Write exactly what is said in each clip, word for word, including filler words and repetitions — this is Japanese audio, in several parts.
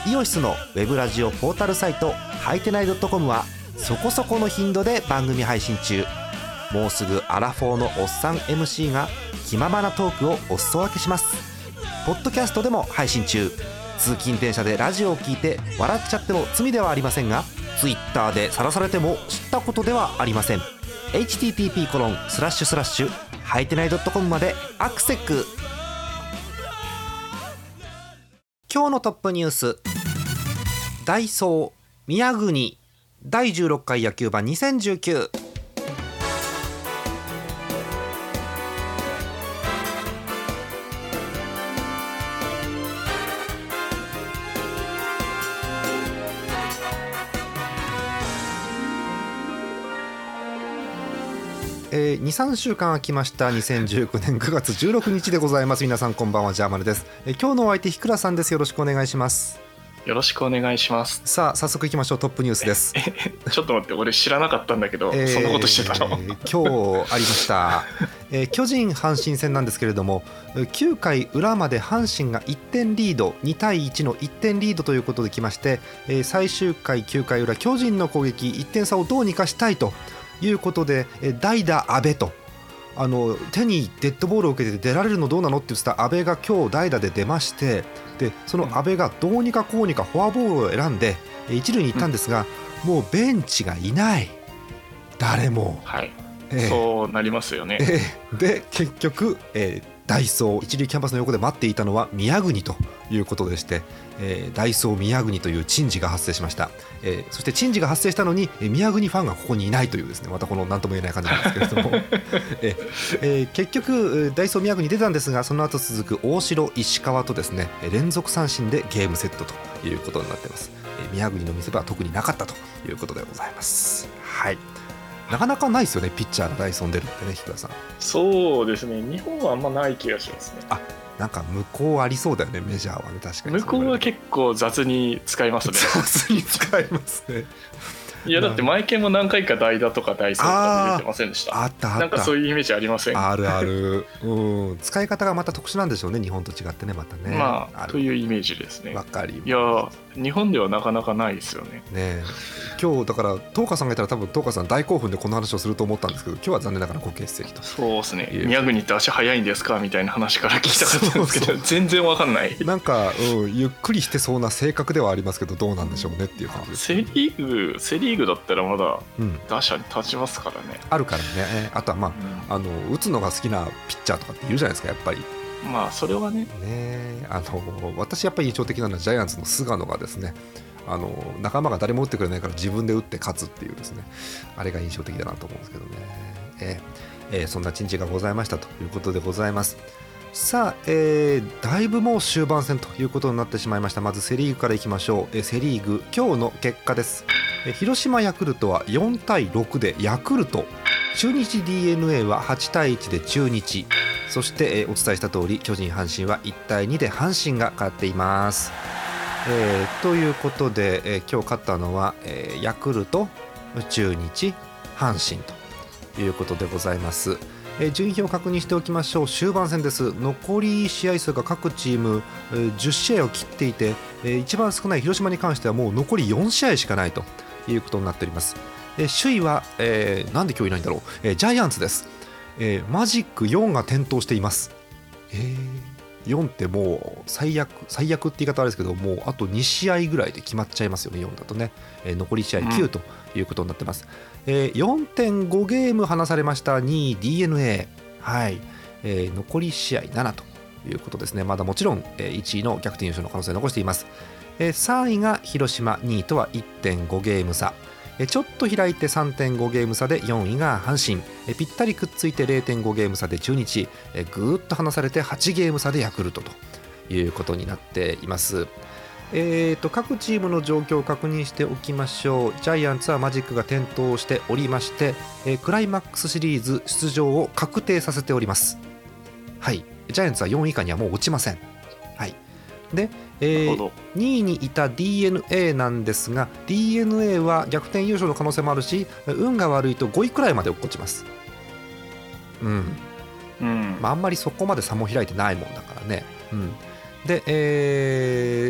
イオシスのウェブラジオポータルサイトはいてない .com はそこそこの頻度で番組配信中。もうすぐアラフォーのおっさん エムシー が気ままなトークをお裾分けします。ポッドキャストでも配信中。通勤電車でラジオを聞いて笑っちゃっても罪ではありませんが、 Twitter で晒されても知ったことではありません。 エイチティーティーピーコロンスラッシュスラッシュはいてない .com までアクセック。今日のトップニュース、ダイソー宮国だいじゅうろっかい野球盤にせんじゅうきゅう。えー、にさんしゅうかん空きましたにせんじゅうきゅうねんくがつじゅうろくにちでございます。皆さんこんばんは、ジャーマネです。えー、今日のお相手、ひくらさんです。よろしくお願いします。 よろしくお願いします。 さあ早速いきましょう。トップニュースです。 ちょっと待って、俺知らなかったんだけど、えー、そんなことしてたの今日ありました、えー、巨人阪神戦なんですけれども、きゅうかい裏まで阪神がいってんリード、にたいいちのいってんリードということできまして、えー、最終回きゅうかい裏、巨人の攻撃いってん差をどうにかしたいということで、えー、代打阿部と、あの手にデッドボールを受けて出られるのどうなのって言ってた阿部が今日代打で出まして、でその阿部がどうにかこうにかフォアボールを選んで一塁に行ったんですが、うん、もうベンチがいない、誰も、 はい、えー、そうなりますよね、 えー、で結局、えー、ダイソー一塁キャンパスの横で待っていたのは宮国ということでして、えー、ダイソー宮国という珍事が発生しました。えー、そして珍事が発生したのに宮国ファンがここにいないというですね、またこの何とも言えない感じなんですけれどもえーえー、結局ダイソー宮国出たんですが、その後続く大城石川とですね連続三振でゲームセットということになっています。えー、宮国の見せ場は特になかったということでございます。はい、なかなかないですよね、ピッチャーがダイソーに出るってね、日倉さん。 そうですね、日本はあんまない気がしますね。 あ、なんか向こうありそうだよね、メジャーはね。確かに向こうは結構雑に使いますね。 雑に使いますね。 いやだってマイケンも何回か代打とかダイソーとかで出てませんでした？ あったあった、 なんかそういうイメージありません？ あるある、うん、使い方がまた特殊なんでしょうね、日本と違ってね、またね。 まあというイメージですね。 わかります。 いや日本ではなかなかないですよね。 ね、今日だから東花さんがいたら多分東花さん大興奮でこの話をすると思ったんですけど、今日は残念ながらご欠席と。 そうですね、宮国って足早いんですかみたいな話から聞きたかったんですけど、そうそう全然わかんない。 なんか、うん、ゆっくりしてそうな性格ではありますけど、どうなんでしょうねっていう感じです。 セリーグセリーグだったらまだ打者に立ちますからね、 うん、あるからね。あとはまあ、うん、あの打つのが好きなピッチャーとかっているじゃないですか、やっぱり。 まあそれは ね, ねあの私やっぱり印象的なのはジャイアンツの菅野がですね、あの仲間が誰も打ってくれないから自分で打って勝つっていうですね、あれが印象的だなと思うんですけどね。えーえー、そんな珍事がございましたということでございます。さあ、えー、だいぶもう終盤戦ということになってしまいました。まずセリーグからいきましょう。えー、セリーグ今日の結果です。えー、広島ヤクルトはよんたいろくでヤクルト、中日 ディーエヌエー ははちたいいちで中日、そして、えー、お伝えした通り巨人阪神はいちたいにで阪神が勝っています。えー、ということで、えー、今日勝ったのは、えー、ヤクルト、中日、阪神ということでございます。えー、順位表を確認しておきましょう。終盤戦です。残り試合数が各チーム、えー、じゅっしあいを切っていて、えー、一番少ない広島に関してはもう残りよんしあいしかないということになっております。えー、首位は、えー、なんで今日いないんだろう、えー、ジャイアンツです。えー、マジックよんが点灯しています。えー、よんってもう最悪最悪って言い方あれですけど、もうあとにしあいぐらいで決まっちゃいますよね、よんだとね。えー、残り試合きゅうということになってます。うん、えー、よんてんご ゲーム離されましたにい ディーエヌエー、はい、えー、残り試合ななということですね。まだもちろん、えー、いちいの逆転優勝の可能性を残しています。えー、さんいが広島、にいとは いってんご ゲーム差、ちょっと開いて さんてんご ゲーム差でよんいが阪神、ぴったりくっついて れいてんご ゲーム差で中日、ぐーっと離されてはちゲーム差でヤクルトということになっています。えー、と各チームの状況を確認しておきましょう。ジャイアンツはマジックが点灯しておりまして、クライマックスシリーズ出場を確定させております。はい、ジャイアンツはよんい以下にはもう落ちません。はい、で、えー、にいにいた ディーエヌエー なんですが、 ディーエヌエー は逆転優勝の可能性もあるし、運が悪いとごいくらいまで落っこちます。うん、うん、まあ、あんまりそこまで差も開いてないもんだからね。うん、で、え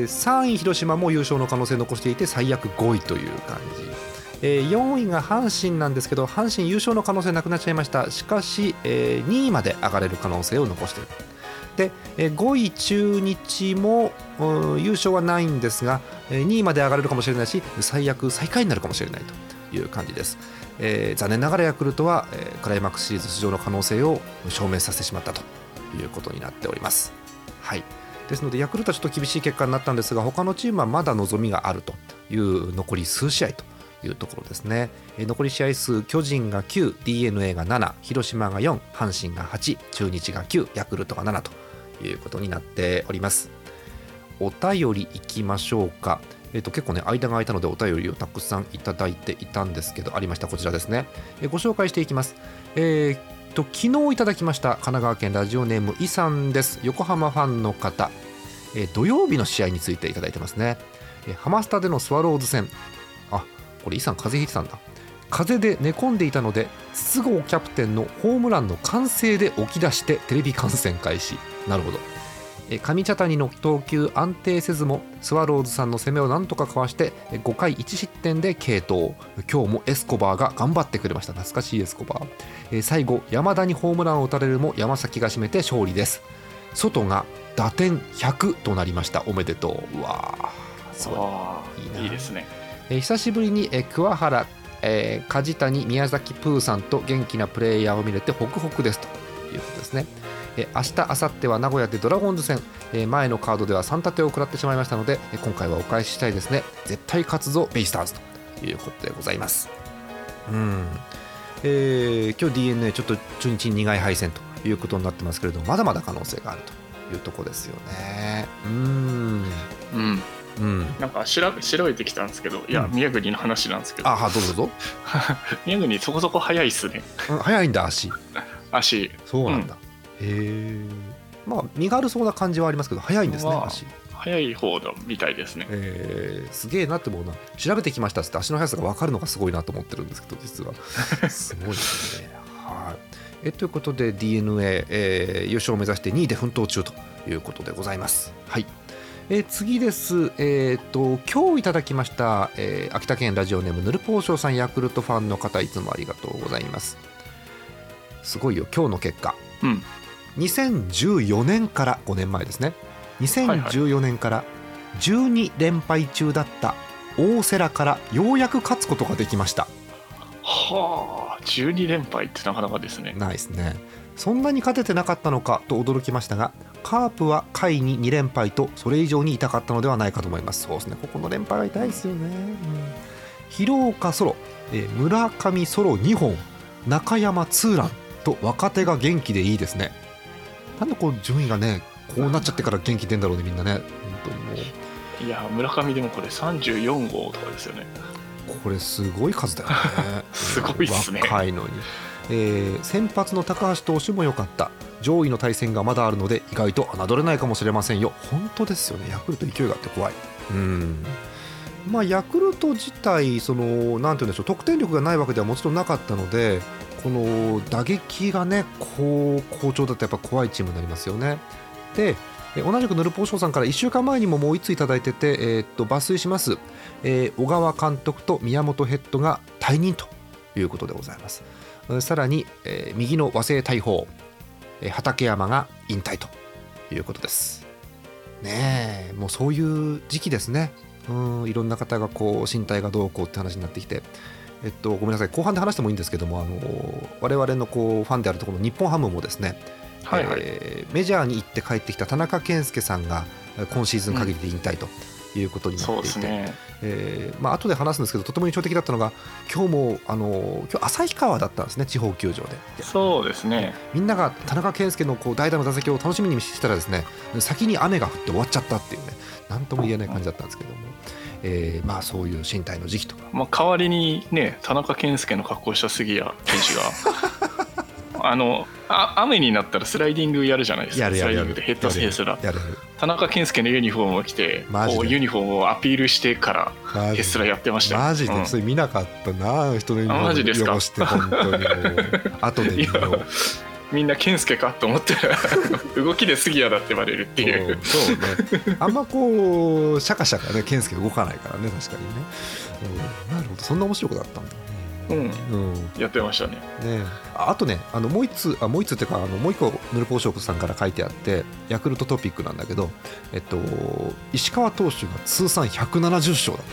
えー、さんい広島も優勝の可能性を残していて最悪ごいという感じ、えー、よんいが阪神なんですけど、阪神優勝の可能性なくなっちゃいました。しかし、えー、にいまで上がれる可能性を残している。で、えー、ごい中日も優勝はないんですが、えー、にいまで上がれるかもしれないし、最悪最下位になるかもしれないという感じです。えー、残念ながらヤクルトは、えー、クライマックスシリーズ出場の可能性を証明させてしまったということになっております。はい、ですのでヤクルトはちょっと厳しい結果になったんですが、他のチームはまだ望みがあるという残り数試合というところですね。えー、残り試合数、巨人がきゅう、 ディーエヌエー がなな、広島がよん、阪神がはち、中日がきゅう、ヤクルトがななということになっております。お便りいきましょうか。えー、と結構ね間が空いたのでお便りをたくさんいただいていたんですけど、ありました、こちらですね。えー、ご紹介していきます。えー、と昨日いただきました神奈川県ラジオネームイさんです。横浜ファンの方、えー、土曜日の試合についていただいてますね。えー、ハマスタでのスワローズ戦、あ、これイさん風邪ひいてたんだ。風邪で寝込んでいたので筒香キャプテンのホームランの歓声で起き出してテレビ観戦開始。なるほど。上茶谷の投球安定せずもスワローズさんの攻めをなんとかかわしてごかいいち失点で継投。今日もエスコバーが頑張ってくれました。懐かしいエスコバー。最後山田にホームランを打たれるも山崎が締めて勝利です。外が打点ひゃくとなりました。おめでとう。うわー、すごいいいな。 いいですね。 え久しぶりにえ桑原、えー、梶谷、宮崎プーさんと元気なプレイヤーを見れてホクホクですということですね。え明日、明後日は名古屋でドラゴンズ戦、え前のカードではさん立てを食らってしまいましたので、今回はお返ししたいですね。絶対勝つぞベイスターズということでございます。うん、えー、今日 ディーエヌエー ちょっと中日に苦い敗戦ということになってますけれども、まだまだ可能性があるというところですよね。うーん、 うんうん、なんか調べ調べてきたんですけど、いや、うん、宮国の話なんですけど、 あはどうぞどうぞ宮国そこそこ速いっすね。 速いんだ、足足そうなんだ、うん、へえ。まあ身軽そうな感じはありますけど速いんですね、まあ、足速い方だみたいですね。 えー、すげえなって思うな。調べてきましたって足の速さが分かるのがすごいなと思ってるんですけど、実はすごいですね。はい、えということで ディーエヌエー、えー、優勝を目指してにいで奮闘中ということでございます。はい、えー、次です。えー、と今日いただきました、えー、秋田県ラジオネームヌルポーショーさん、ヤクルトファンの方、いつもありがとうございます。すごいよ今日の結果、うん、にせんじゅうよねんからごねんまえですね。にせんじゅうよねんからじゅうに連敗中だった大瀬良からようやく勝つことができました。 はあ、じゅうに連敗ってなかなかですね。 ないですね。そんなに勝ててなかったのかと驚きましたが、カープは下位にに連敗とそれ以上に痛かったのではないかと思います。そうですね、ここの連敗は痛いですよね。うん、広岡ソロ、えー、村上ソロにほん、中山ツーランと若手が元気でいいですね。なんでこう順位がねこうなっちゃってから元気出んだろうね、みんなね。本当にもう、 いや村上でもこれさんじゅうよん号とかですよね。 これすごい数だよねすごいっすね。 若いのに、えー、先発の高橋投手も良かった。上位の対戦がまだあるので意外と侮れないかもしれませんよ。本当ですよね、ヤクルト勢いがあって怖い。うん、まあヤクルト自体そのなんて言うんでしょう、得点力がないわけではもちろんなかったので、この打撃がねこう好調だとやっぱ怖いチームになりますよね。で同じくヌルポーショーさんからいっしゅうかんまえにももういっついただいてて、えー、っと抜粋します、えー、小川監督と宮本ヘッドが退任ということでございます。さらに、えー、右の和製大砲、えー、畠山が引退ということですね。えもうそういう時期ですね。うん、いろんな方がこう身体がどうこうって話になってきて、えっと、ごめんなさい後半で話してもいいんですけども、あの我々のこうファンであるところの日本ハムもですね、はいはい、えー、メジャーに行って帰ってきた田中健介さんが今シーズン限りで引退ということになっていて、うん、そうですね、えーまあ後で話すんですけど、とても印象的だったのが今日もあの今日旭川だったんですね、地方球場で。 そうですね、 みんなが田中健介のこう代打の打席を楽しみにしたらですね、先に雨が降って終わっちゃったっていうね、なんとも言えない感じだったんですけども、えー、まあそういう身体の時期とか、 まあ、代わりにね田中健介の格好した杉谷選手があのあ雨になったらスライディングやるじゃないですか。 やるやるやる、 スライディングでヘッドセースラ田中健介のユニフォームを着てユニフォームをアピールしてからヘスラやってました。 マジで、うん、それ見なかったな、人のユニフォーム汚して本当にもう後で見よう。 みんな健介かと思ったら動きで杉谷だってバレるっていう。 そうね、あんまこうシャカシャカね健介動かないからね、確かにね、うん、なるほど、そんな面白いことだったんだ。 うん、うん、やってましたね。 ね、あとね、あのもう一つあもう一つっていうか、あのもう一個ヌルポーショップさんから書いてあって、ヤクルトトピックなんだけど、えっと石川投手が通算ひゃくななじゅっ勝だって。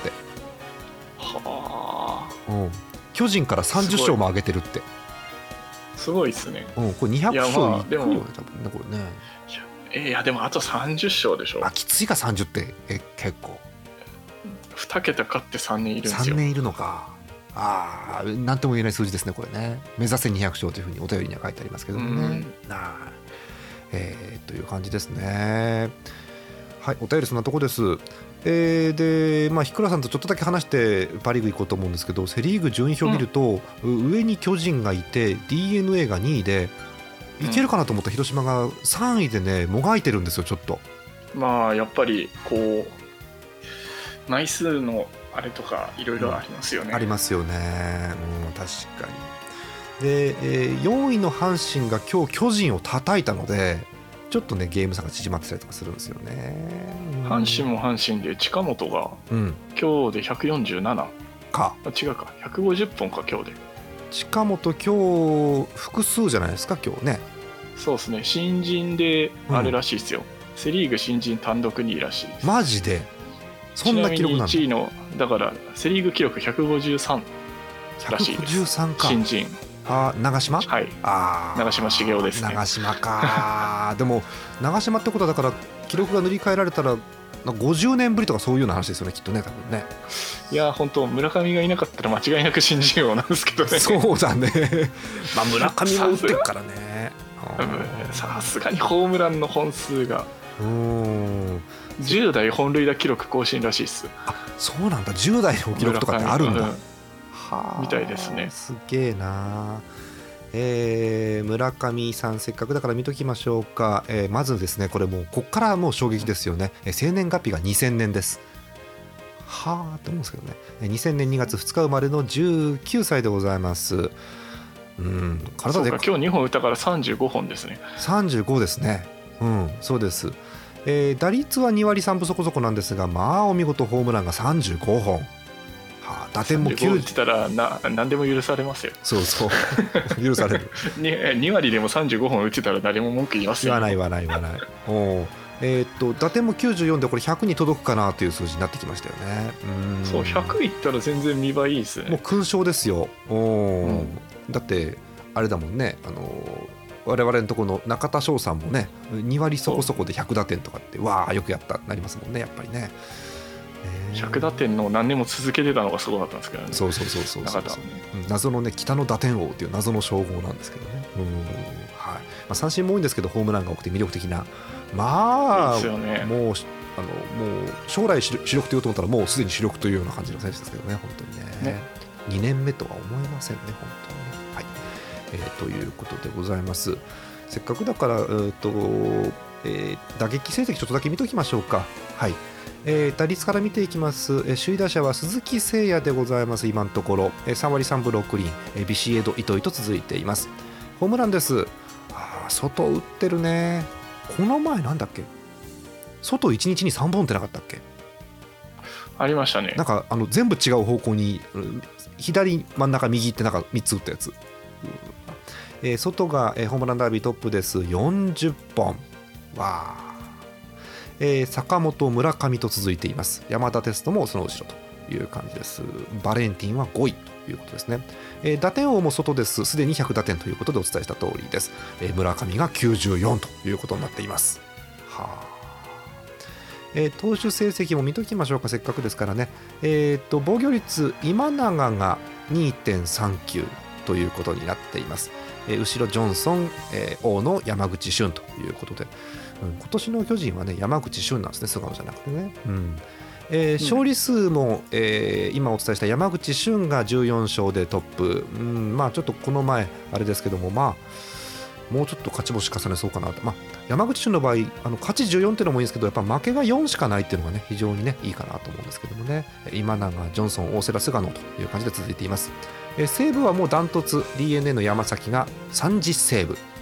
はあ、 うん、巨人からさんじゅっ勝も上げてるって。 すごいですね。 うん、これにひゃく勝いくよね、多分ね、これね。 いや、いやでもあとさんじゅっ勝でしょ。 あ、きついかさんじゅうってえ結構。 に桁勝ってさんねんいるんですよ。 さんねんいるのか。ああ、なんとも言えない数字ですね、これね。目指せにひゃく勝というふうにお便りには書いてありますけどもね。なあ、えー、という感じですね。はい、お便りそんなとこです。えー、で、まあ、日倉さんとちょっとだけ話してパ・リーグ行こうと思うんですけど、セ・リーグ順位表を見ると、うん、上に巨人がいて ディーエヌエー がにいで、いけるかなと思った広島がさんいでね、もがいてるんですよ、ちょっと。 まあやっぱりこう枚数のあれとかいろいろありますよね、うん、 ありますよね、うん、確かに。で、えー、よんいの阪神が今日巨人を叩いたので、ちょっとねゲーム差が縮まってたりとかするんですよね、うん、 阪神も阪神で近本が今日でひゃくよんじゅうなな、うん、 か、 あ違うかひゃくごじゅっぽんか今日で。 近本今日複数じゃないですか今日ね。 そうですね、新人であれらしいですよ、うん、セ・リーグ新人単独にいらしいです。 マジでそんな記録なんだ。 ちなみにいちいのだからセ・リーグ記録ひゃくごじゅうさんらしいです。ひゃくごじゅうさんか、新人。 あ、長嶋、 はい、 あ、 長嶋茂雄ですね。 長嶋かでも長嶋ってことはだから記録が塗り替えられたらごじゅうねんぶりとかそういうような話ですよね、きっとね、多分ね。いや本当村上がいなかったら間違いなく新人王なんですけどね。 そうだねまあ村上も打ってるからね。 さすがにホームランの本数がうーんじゅう代本塁打記録更新らしいっす。 あ、そうなんだ、じゅう代の記録とかってあるんだ、うん、 はみたいですね。 すげえな。えー、村上さんせっかくだから見ときましょうか。えー、まずですね、これもうこっからもう衝撃ですよね。えー、生年月日がにせんねんです。はあって思うんですけどね、にせんねんにがつふつか生まれのじゅうきゅうさいでございます。うん、体でそうか、今日にほん打ったからさんじゅうごほんですね。 さんじゅうごですね。うん、そうです。えー、打率はにわりさんぶそこそこなんですが、まあお見事ホームランがさんじゅうごほん、はあ、打点もきゅうじゅう。打ってたらな何でも許されますよ。 そうそう許されるに, に割でもさんじゅうごほん打ってたら誰も文句言いますよ。 言わない言わない言わないおえー、っと打点もきゅうじゅうよんでこれひゃくに届くかなという数字になってきましたよね。 うん、そうひゃくいったら全然見栄えいいですね。 もう勲章ですよ。お、うん、だってあれだもんね、あの我々のところの中田翔さんもねに割そこそこでひゃく打点とかってわあよくやったなりますもんね、やっぱりね。 えー、ひゃく打点の何年も続けてたのがすごかったんですけどね。 そうそうそうそうそうそう、謎のね北の打点王っていう謎の称号なんですけどね。うん、はい、まあ、三振も多いんですけどホームランが多くて魅力的な、まあいいですよね。もうあのもう将来主力と言おうと思ったらもうすでに主力というような感じの選手ですけどね、本当に ね, ねにねんめとは思えませんね、本当にね。はい、えー、ということでございます。せっかくだから、えーとえー、打撃成績ちょっとだけ見ときましょうか。はい、えー、打率から見ていきます。えー、首位打者は鈴木誠也でございます。今のところ、えー、さんわりさんぶろくりん、えー、ビシエド、糸井と続いています。ホームランです。あ、外打ってるね。この前なんだっけ、外いちにちにさんぼんってなかったっけ。 ありましたね。 なんかあの全部違う方向に左真ん中右ってなんかみっつ打ったやつ、うん、えー、外が、えー、ホームランダービートップです。よんじゅっぽん。わー、えー、坂本、村上と続いています。山田哲人もその後ろという感じです。バレンティンはごいということですね。えー、打点王も外です。すでにひゃく打点ということでお伝えした通りです。えー、村上がきゅうじゅうよんということになっています。はあ、えー、投手成績も見ときましょうか、せっかくですからね。えー、と防御率今永が にてんさんきゅう ということになっています。えー、後ろジョンソン、えー、大野、山口俊ということで、うん、今年の巨人はね山口俊なんですね、菅野じゃなくてね。うん、えー、勝利数も、えー、今お伝えした山口俊がじゅうよんしょうでトップ、うん、まあちょっとこの前あれですけども、まあもうちょっと勝ち星重ねそうかなと。まあ、山口俊の場合あの勝ちじゅうよんっていうのもいいんですけど、やっぱ負けがよんしかないっていうのがね非常にねいいかなと思うんですけどもね。今永、ジョンソン、大瀬良、菅野という感じで続いています。えー、西武はもうダントツ ディーエヌエー の山崎がさんじゅうセーブ、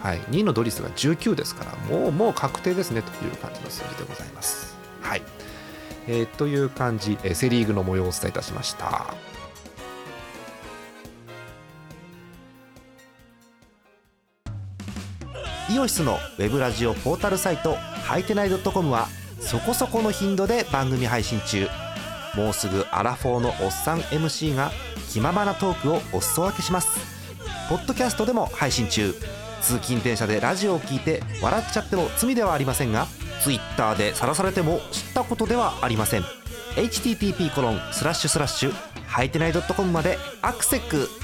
はい、にいのドリスがじゅうきゅうですから、もうもう確定ですねという感じの数字でございます。はい、えー、という感じ、えー、セリーグの模様をお伝えいたしました。イオシスのウェブラジオポータルサイトはいてない .com はそこそこの頻度で番組配信中。もうすぐアラフォーのおっさん エムシー が気ままなトークをお裾分けします。ポッドキャストでも配信中。通勤電車でラジオを聞いて笑っちゃっても罪ではありませんが、ツイッターで晒されても知ったことではありません。 エイチティーティーピーコロンスラッシュスラッシュはいてない .com までアクセック。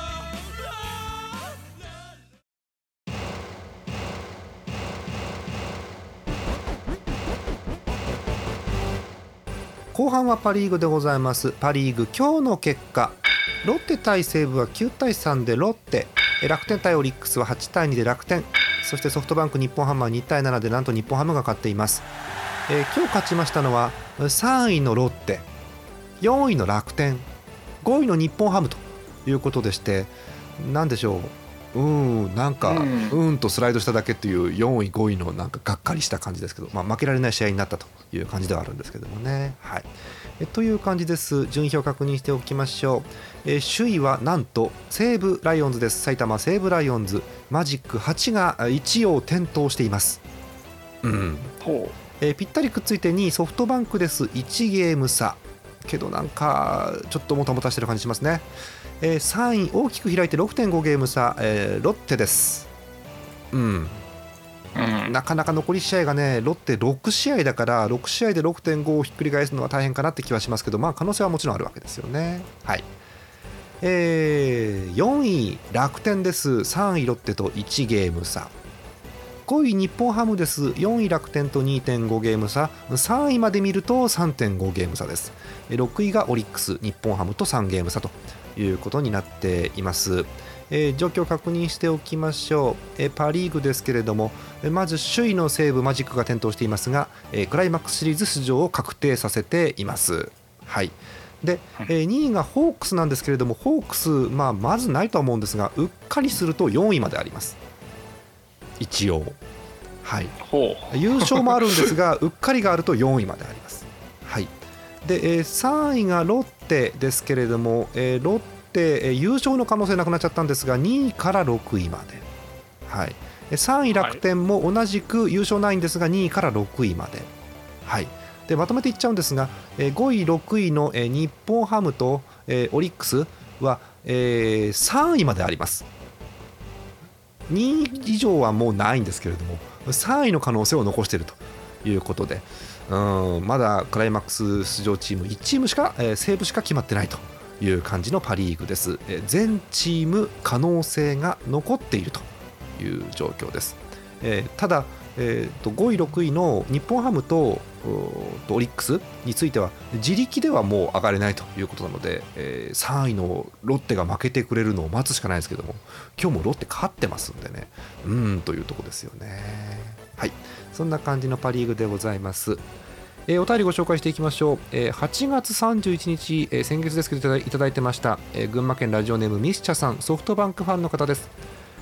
後半はパリーグでございます。パリーグ今日の結果、ロッテ対西武はきゅうたいさんでロッテ、楽天対オリックスははちたいにで楽天、そしてソフトバンク日本ハムはにたいななでなんと日本ハムが勝っています。えー、今日勝ちましたのはさんいのロッテ、よんいの楽天、ごいの日本ハムということでして、なんでしょう、うーんなんか、うん、うーんとスライドしただけというよんいごいのなんかがっかりした感じですけど、まあ、負けられない試合になったという感じではあるんですけどもね。はい、えという感じです。順位表を確認しておきましょう。え首位はなんと西武ライオンズです。埼玉西武ライオンズ、マジックはちがいちを点灯しています。うん、ほう、えぴったりくっついてにいソフトバンクです。いちゲーム差けどなんかちょっともたもたしてる感じしますね。えー、さんい大きく開いて ろくてんご ゲーム差、えー、ロッテです。うん、うん、なかなか残り試合がね、ロッテろくしあいだからろくしあいで ろくてんご をひっくり返すのは大変かなって気はしますけど、まあ可能性はもちろんあるわけですよね。はい、えー、よんい楽天です。さんいロッテといちゲーム差、ごい日本ハムです。よんい楽天と にてんご ゲーム差、さんいまで見ると さんてんご ゲーム差です。ろくいがオリックス、日本ハムとさんゲーム差ということになっています。えー、状況を確認しておきましょう。えー、パリーグですけれども、まず首位の西武マジックが点灯していますが、えー、クライマックスシリーズ出場を確定させています。はい、で、えー、にいがホークスなんですけれども、ホークス、まあ、まずないとは思うんですが、うっかりするとよんいまであります。一応、はい、優勝もあるんですがうっかりがあるとよんいまであります。はい、で、えー、さんいがロッテですけれども、えー、ロッテ、えー、優勝の可能性なくなっちゃったんですがにいからろくいまで、はい、さんい楽天も同じく優勝ないんですがにいからろくいまで、はい、でまとめていっちゃうんですが、えー、ごいろくいの、えー、日本ハムと、えー、オリックスは、えー、さんいまであります。にい以上はもうないんですけれども、さんいの可能性を残しているということで、うんまだクライマックス出場チームいちチームしか、えー、西武しか決まってないという感じのパリーグです。えー、全チーム可能性が残っているという状況です。えー、ただ、えー、とごいろくいの日本ハムとオリックスについては自力ではもう上がれないということなので、えー、さんいのロッテが負けてくれるのを待つしかないですけども、今日もロッテ勝ってますんでね、うーんというところですよね。はい、そんな感じのパリーグでございます。えー、お便りご紹介していきましょう。えー、はちがつさんじゅういちにち、えー、先月ですけどいただいてました、えー、群馬県ラジオネームミスチャさん、ソフトバンクファンの方です。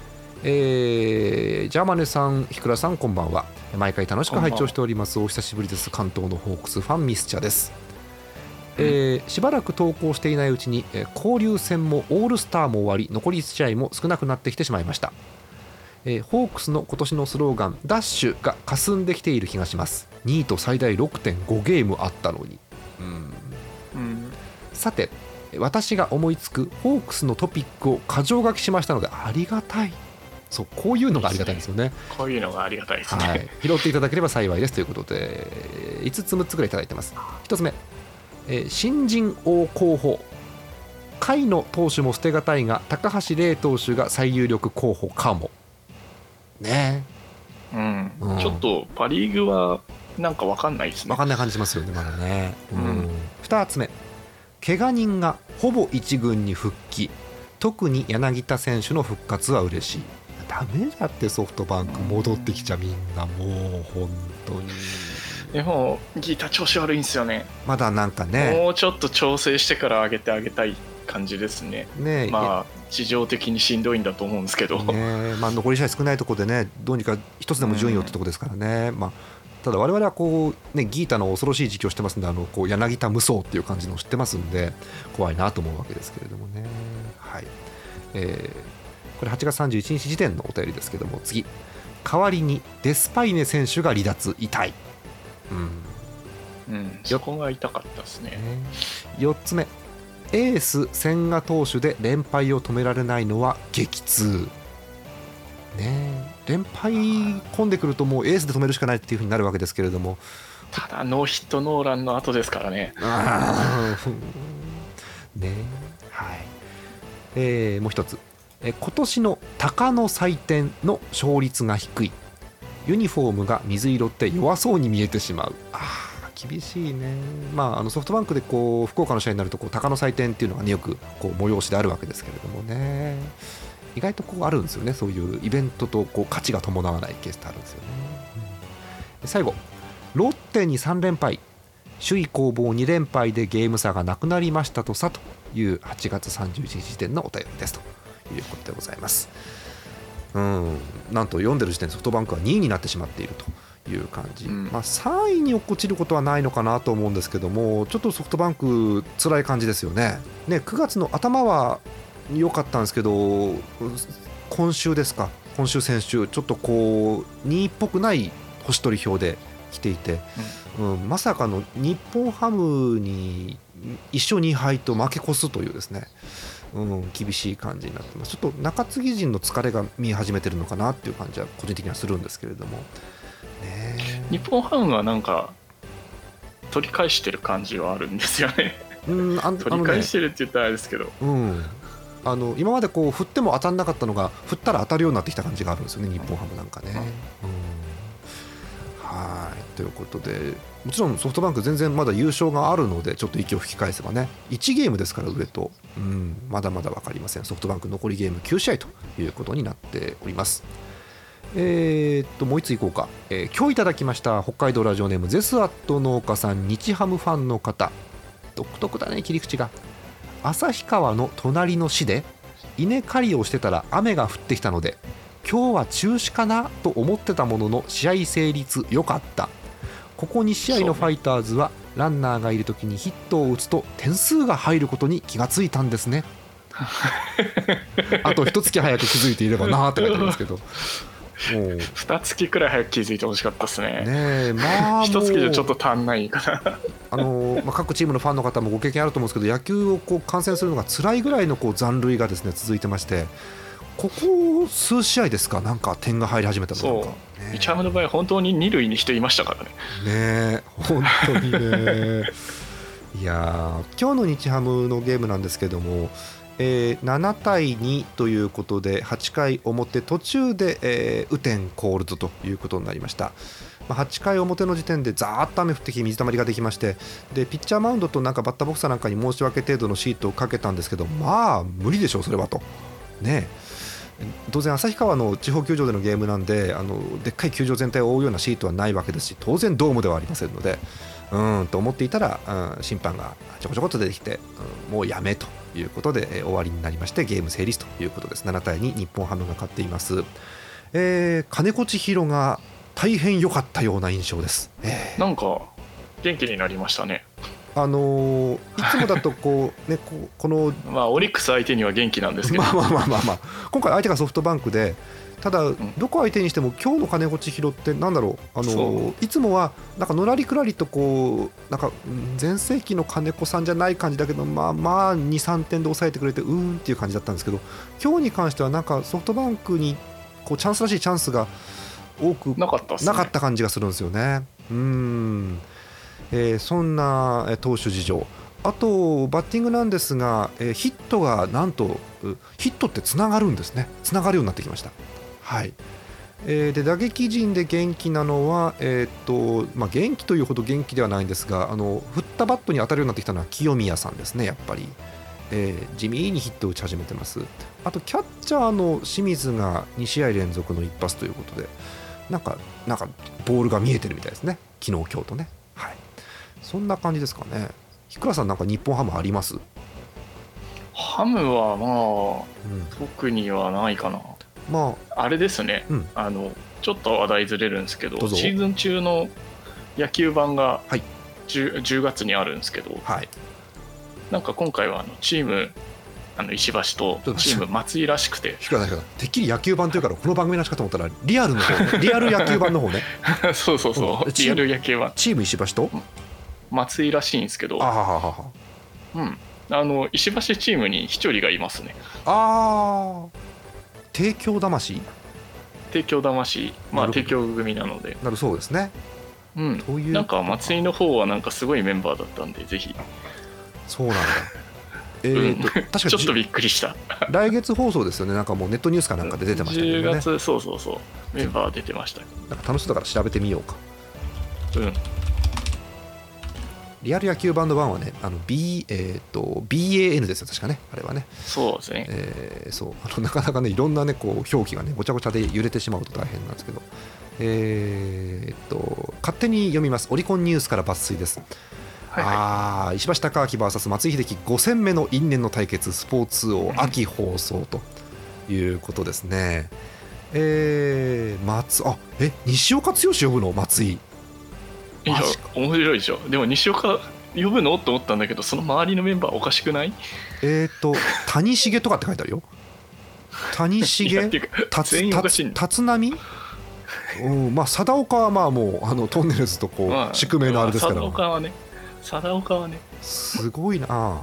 えー、ジャーマネさん、ひくらさん、こんばんは。毎回楽しく拝聴しております。お久しぶりです。関東のホークスファンミスチャです。えー、しばらく投稿していないうちに、えー、交流戦もオールスターも終わり、残りいち試合も少なくなってきてしまいました。えー、ホークスの今年のスローガンダッシュが霞んできている気がします。にいと最大 ろくてんご ゲームあったのに、うん、うん、さて私が思いつくホークスのトピックを箇条書きしましたのでありがたい。そう、こういうのがありがたいんですよね。 こういうのがありがたいですね、 はい、拾っていただければ幸いですということでいつつむっつぐらいいただいてます。ひとつめ、えー、新人王候補甲斐の投手も捨てがたいが高橋礼投手が最有力候補かもね。 うんうん、ちょっとパリーグはなんか分かんないですね。 分かんない感じしますよねまだね、うんうん、ふたつめ、怪我人がほぼ一軍に復帰、特に柳田選手の復活は嬉しい。ダメだってソフトバンク戻ってきちゃみんなもう本当に。 でもギータ調子悪いんですよね。 まだなんかね、 もうちょっと調整してから上げてあげたい感じですね。 ね、 まあ事情的にしんどいんだと思うんですけど、 ねまあ、残り試合少ないところでねどうにか一つでも順位をってところですからね、うんまあ、ただ我々はこう、ね、ギータの恐ろしい実況をしてますんであのこう柳田無双っていう感じのを知ってますんで怖いなと思うわけですけれどもね、はいえー、これはちがつさんじゅういちにち時点のお便りですけども次代わりにデスパイネ選手が離脱痛い、 うんうん、そこが痛かったですね。 よっつめエース千賀投手で連敗を止められないのは激痛ね。連敗込んでくるともうエースで止めるしかないっていう風になるわけですけれども、 ただノーヒットノーランの後ですからね。 あねはい、えー、もう一つ、え今年の鷹の祭典の勝率が低い。ユニフォームが水色って弱そうに見えてしまう。あ厳しいね、まあ、あのソフトバンクでこう福岡の試合になるとこう鷹の祭典っていうのが、ね、よくこう催しであるわけですけれどもね、意外とこうあるんですよね、そういうイベントとこう価値が伴わないケースってあるんですよね、うん、最後ロッテにさん連敗、首位攻防に連敗でゲーム差がなくなりましたとさというはちがつさんじゅういちにち時点のお便りですということでございます。うんなんと読んでる時点でソフトバンクはにいになってしまっているという感じ、うんまあ、さんいに落っこちることはないのかなと思うんですけども、ちょっとソフトバンク辛い感じですよ ね, ねくがつの頭は良かったんですけど、今週ですか今週先週ちょっとこうにいっぽくない星取り表で来ていて、うんうん、まさかの日本ハムにいっしょうにはいと負け越すというですね、うん、厳しい感じになってます。ちょっと中継ぎ陣の疲れが見え始めてるのかなっていう感じは個人的にはするんですけれどもね。 日本ハムはなんか取り返してる感じはあるんですよね。うんあ取り返してるって言ったらあれですけど、 うん、あの今までこう振っても当たんなかったのが振ったら当たるようになってきた感じがあるんですよね、日本ハムなんかね、うん、はいということでもちろんソフトバンク全然まだ優勝があるのでちょっと息を吹き返せばねいちゲームですから上と、うん、まだまだ分かりません。ソフトバンク残りゲームきゅうしあいということになっております。えー、っともう一ついこうか、えー、今日いただきました北海道ラジオネームゼスアット農家さん日ハムファンの方、独特だね切り口が。旭川の隣の市で稲刈りをしてたら雨が降ってきたので今日は中止かなと思ってたものの試合成立良かった。ここに試合のファイターズはランナーがいる時にヒットを打つと点数が入ることに気がついたんですねあと一月早く気づいていればなーって書いてありますけどもうに月くらい早く気づいてほしかったですね。 ねえまあ一月じゃちょっと足んないかなあの、まあ、各チームのファンの方もご経験あると思うんですけど野球をこう観戦するのが辛いぐらいのこう残塁がですね続いてまして、ここ数試合ですかなんか点が入り始めたのそうか、ね、 日ハムの場合本当にに塁に人いましたからね。 ねえ本当にねいや今日の日ハムのゲームなんですけどもえー、ななたいにということではちかい表途中で、えー、雨天コールドということになりました。まあ、はちかい表の時点でザーッと雨降ってき水たまりができまして、でピッチャーマウンドとなんかバッターボックスなんかに申し訳程度のシートをかけたんですけど、まあ無理でしょうそれはとね。当然旭川の地方球場でのゲームなんであのでっかい球場全体を覆うようなシートはないわけですし、当然ドームではありませんのでうーんと思っていたら、うん、審判がちょこちょこっと出てきて、うん、もうやめということで、えー、終わりになりましてゲーム成立ということです。ななたいに日本ハムが勝っています。えー、金子千尋が大変良かったような印象です、えー、なんか元気になりましたね。 あのー、いつもだとこう、ね、こ, このまあオリックス相手には元気なんですけど、 まあまあまあまあ、まあ、今回相手がソフトバンクで、ただどこ相手にしても今日の金子千尋ってなんだろう、あのー、いつもはなんかのらりくらりとこうなんか前世紀の金子さんじゃない感じだけど、まあまあ に,さん 点で抑えてくれてうーんっていう感じだったんですけど、今日に関してはなんかソフトバンクにこうチャンスらしいチャンスが多くなかったっすね。 なかった感じがするんですよね。うーん、えー、そんな投手事情。あとバッティングなんですが、えー、ヒットがなんとヒットってつながるんですね。つながるようになってきました。はい、えー、で打撃陣で元気なのは、えーっとまあ、元気というほど元気ではないんですが、あの振ったバットに当たるようになってきたのは清宮さんですね。やっぱり、えー、地味にヒットを打ち始めてます。あとキャッチャーの清水がにしあい連続の一発ということで、なんかなんかボールが見えてるみたいですね、昨日今日とね。はい、そんな感じですかね。日倉さんなんか日本ハムあります？ ハハムはまあ、 うん、 特にはないかな。 まああれですね、 うん、 あのちょっと話題ずれるんですけど、 どうぞ。 シーズン中の野球版がはい 10, じゅうがつにあるんですけど、 はい、 なんか今回はあのチームあの石橋とチーム松井らしくて、 ひくらさんてっきり野球版というからこの番組のしかと思ったらリアルの方、ね、リアル野球版の方ねそうそうそう、リアル野球版チーム石橋と松井らしいんですけど、 あはははは、 うん、あの石橋チームにひとりがいますね。 ああ、帝京魂、 帝京魂、まあ帝京組なので、 なるそうですね。 うん、ういうなんか松井の方はなんかすごいメンバーだったんで、ぜひ。 そうなんだ。えーと、うん、確かにちょっとびっくりした。 来月放送ですよね。なんかもうネットニュースかなんかで出てましたけどね。 じゅうがつ、そうそうそう、メンバー出てました。 なんか楽しそうだから調べてみようか。 うん。 リアル野球バンド版はね、あの B、えー、と ビーエーエヌ ですよ、確かね、あれはね。 そうですね。 えー、そうあのなかなかね、いろんなね、こう表記がね、ごちゃごちゃで揺れてしまうと大変なんですけど、えー、と勝手に読みます。オリコンニュースから抜粋です。はいはい、あ石橋貴明 ブイエス 松井秀喜ご戦目の因縁の対決、スポーツ王秋放送ということですね。えー、松あえ西岡剛呼ぶの松井。 いや面白いでしょ。でも西岡呼ぶのと思ったんだけど、その周りのメンバーおかしくない？ えっと谷繁とかって書いてあるよ。谷繁立浪、うん、まあ貞岡はまあもうあのトンネルズとこう、まあ、宿命のあれですから。 貞岡はね貞岡はねすごいな。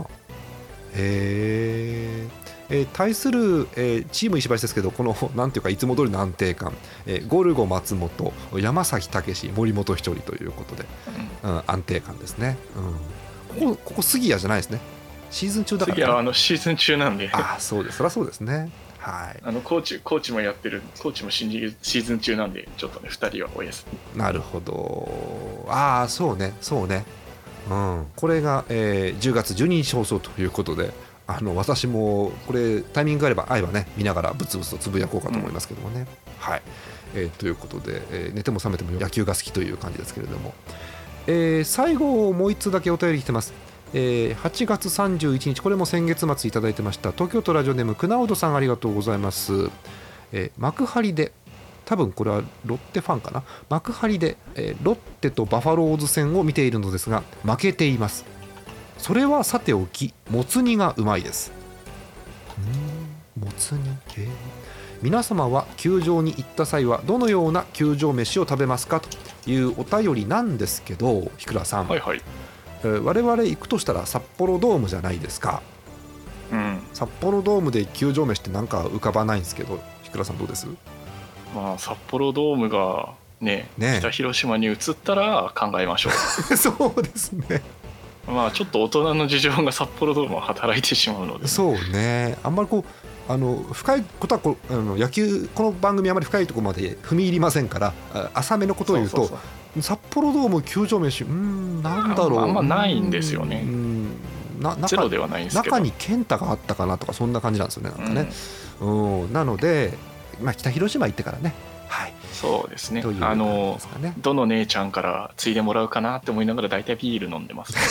へえー、対する、えー、チーム石橋ですけど、このなんていうかいつも通りの安定感、えー、ゴルゴ松本、山崎武史、森本一人ということで、うんうん、安定感ですね、うん、ここここ杉谷じゃないですね、シーズン中だから、ね、 杉谷はあのシーズン中なんで、 あそうです、そりゃそうですね、はい、 あのコーチコーチもやってる、コーチもシーズン中なんで、ちょっとねふたりはお休み。なるほど、ああそうねそうね、うん、これが、えー、じゅうがつじゅうににち放送ということで、あの私もこれタイミングがあれば合えばね見ながらブツブツとつぶやこうかと思いますけどもね、うん、はい、えー、ということで、えー、寝ても覚めても野球が好きという感じですけれども、えー、最後もう一通だけお便り来てます。えー、はちがつさんじゅういちにち、これも先月末いただいてました。東京都ラジオネームクナウドさん、ありがとうございます。えー、幕張で、多分これはロッテファンかな、幕張で、えー、ロッテとバファローズ戦を見ているのですが負けています。それはさておき、もつ煮がうまいです。うーん、もつ煮、えー、皆様は球場に行った際はどのような球場飯を食べますかというお便りなんですけど、ひくらさん、 はいはい、 えー、我々行くとしたら札幌ドームじゃないですか、うん、札幌ドームで球場飯ってなんか浮かばないんですけど、ひくらさんどうです？ まあ、札幌ドームが ね, ね北広島に移ったら考えましょうそうですね、 まあちょっと大人の事情が札幌ドームは働いてしまうので、 そうね、あんまりこうあの深いことはこあの野球、この番組あまり深いところまで踏み入りませんから、浅めのことを言うと、そうそうそう、札幌ドーム球場飯、うーん、なんだろう、 あんまないんですよね、うん、 なゼロではないんですけど、 中に健太があったかなとか、そんな感じなんですよね、なんかね、うん、うん、なので、まあ、北広島行ってからね、はい、 そうですね、あのどの姉ちゃんから継いでもらうかなって思いながら大体ビール飲んでます、ね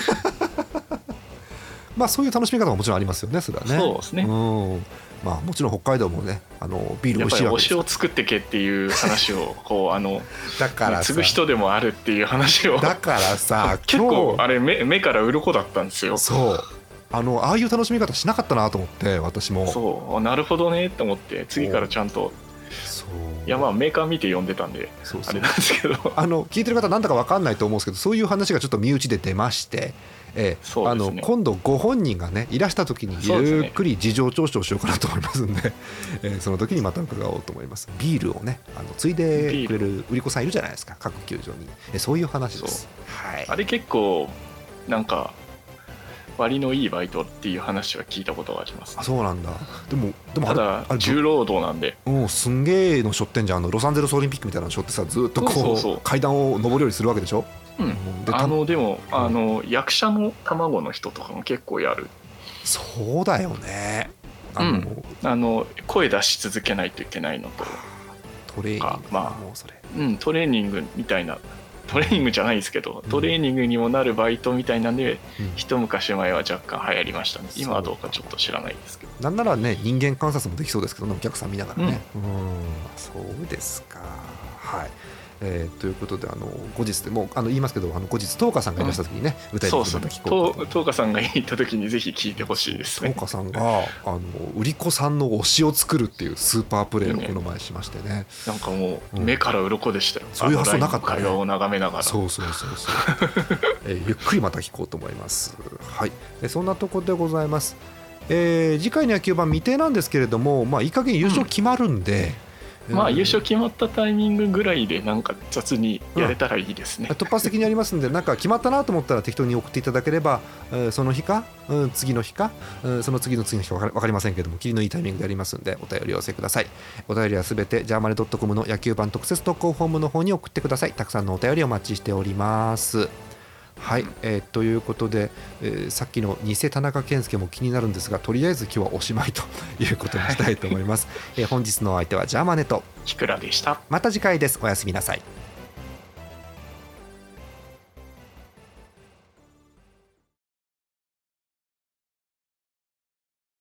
まあそういう楽しみ方ももちろんありますよね、それはね。 そうですね、 うん、まあ、もちろん北海道もね、あのビール美味しいわけですから、 やっぱり推しを作ってけっていう話をこうあのだから継ぐ人でもあるっていう話を、 だからさ結構あれ 目, 目から鱗だったんですよ。 そう、あのああいう楽しみ方しなかったなと思って、私もそう、なるほどねと思って、次からちゃんと、そう、いやまあメーカー見て読んでたんで、そうそう、あれなんですけど、 あの聞いてる方なんだか分かんないと思うんですけど、そういう話がちょっと身内で出まして、えーね、あの今度ご本人がねいらした時にゆっくり事情聴取をしようかなと思いますんで、そ, えー、その時にまた伺おうと思います。ビールをね、あのついでくれる売り子さんいるじゃないですか、各球場に、えー、そういう話です。はい、 あれ結構なんか割のいいバイトっていう話は聞いたことがあります、ね、 あ、そうなんだ。でもでもただ重労働なんで、 うん、すんげえの背負ってんじゃん。あのロサンゼルスオリンピックみたいなの背負ってさ、ずっとこう、そうそうそう、階段を上るようにするわけでしょ。 うん、であのでも、うん、あの役者の卵の人とかも結構やる。 そうだよね、 あの、うん、あの声出し続けないといけないのと、 トレーニング、 まあもうそれ、うん、トレーニングみたいなトレーニングじゃないですけど、トレーニングにもなるバイトみたいなんで、うん、一昔前は若干流行りましたね。今はどうかちょっと知らないですけど、 なんならね人間観察もできそうですけどね、お客さん見ながらね、うん、うんそうですか。はい、えー、ということであの後日でもうあの言いますけど、あの後日東花さんがいらした時にね、うん、歌いにまた聞こうと。 東花さんが行った時にぜひ聞いてほしいですね。 東花さんがあの売り子さんの推しを作るっていうスーパープレーをこの前しましてね、いいね。 なんかもう目から鱗でしたよ、うん、 そういう発想なかったね。 会話を眺めながら。 そうそうそうそう、えー、ゆっくりまた聞こうと思います。はい、でそんなところでございます。えー、次回の野球盤未定なんですけれども、まあいい加減優勝決まるんで、うんまあ優勝決まったタイミングぐらいでなんか雑にやれたらいいですね、 うん、突発的にやりますんで、なんか決まったなと思ったら適当に送っていただければ、えー、その日か、うん、次の日か、うん、その次の次の日か分かりませんけども、切りのいいタイミングでやりますんで、お便りを寄せください。お便りはすべてジャーマネドットコムの野球盤特設投稿フォームの方に送ってください。たくさんのお便りお待ちしております。はい、えー、ということで、えー、さっきの偽田中健介も気になるんですが、とりあえず今日はおしまいということにしたいと思います、えー、本日のお相手はジャーマネとキクラでした。 また次回です。おやすみなさい。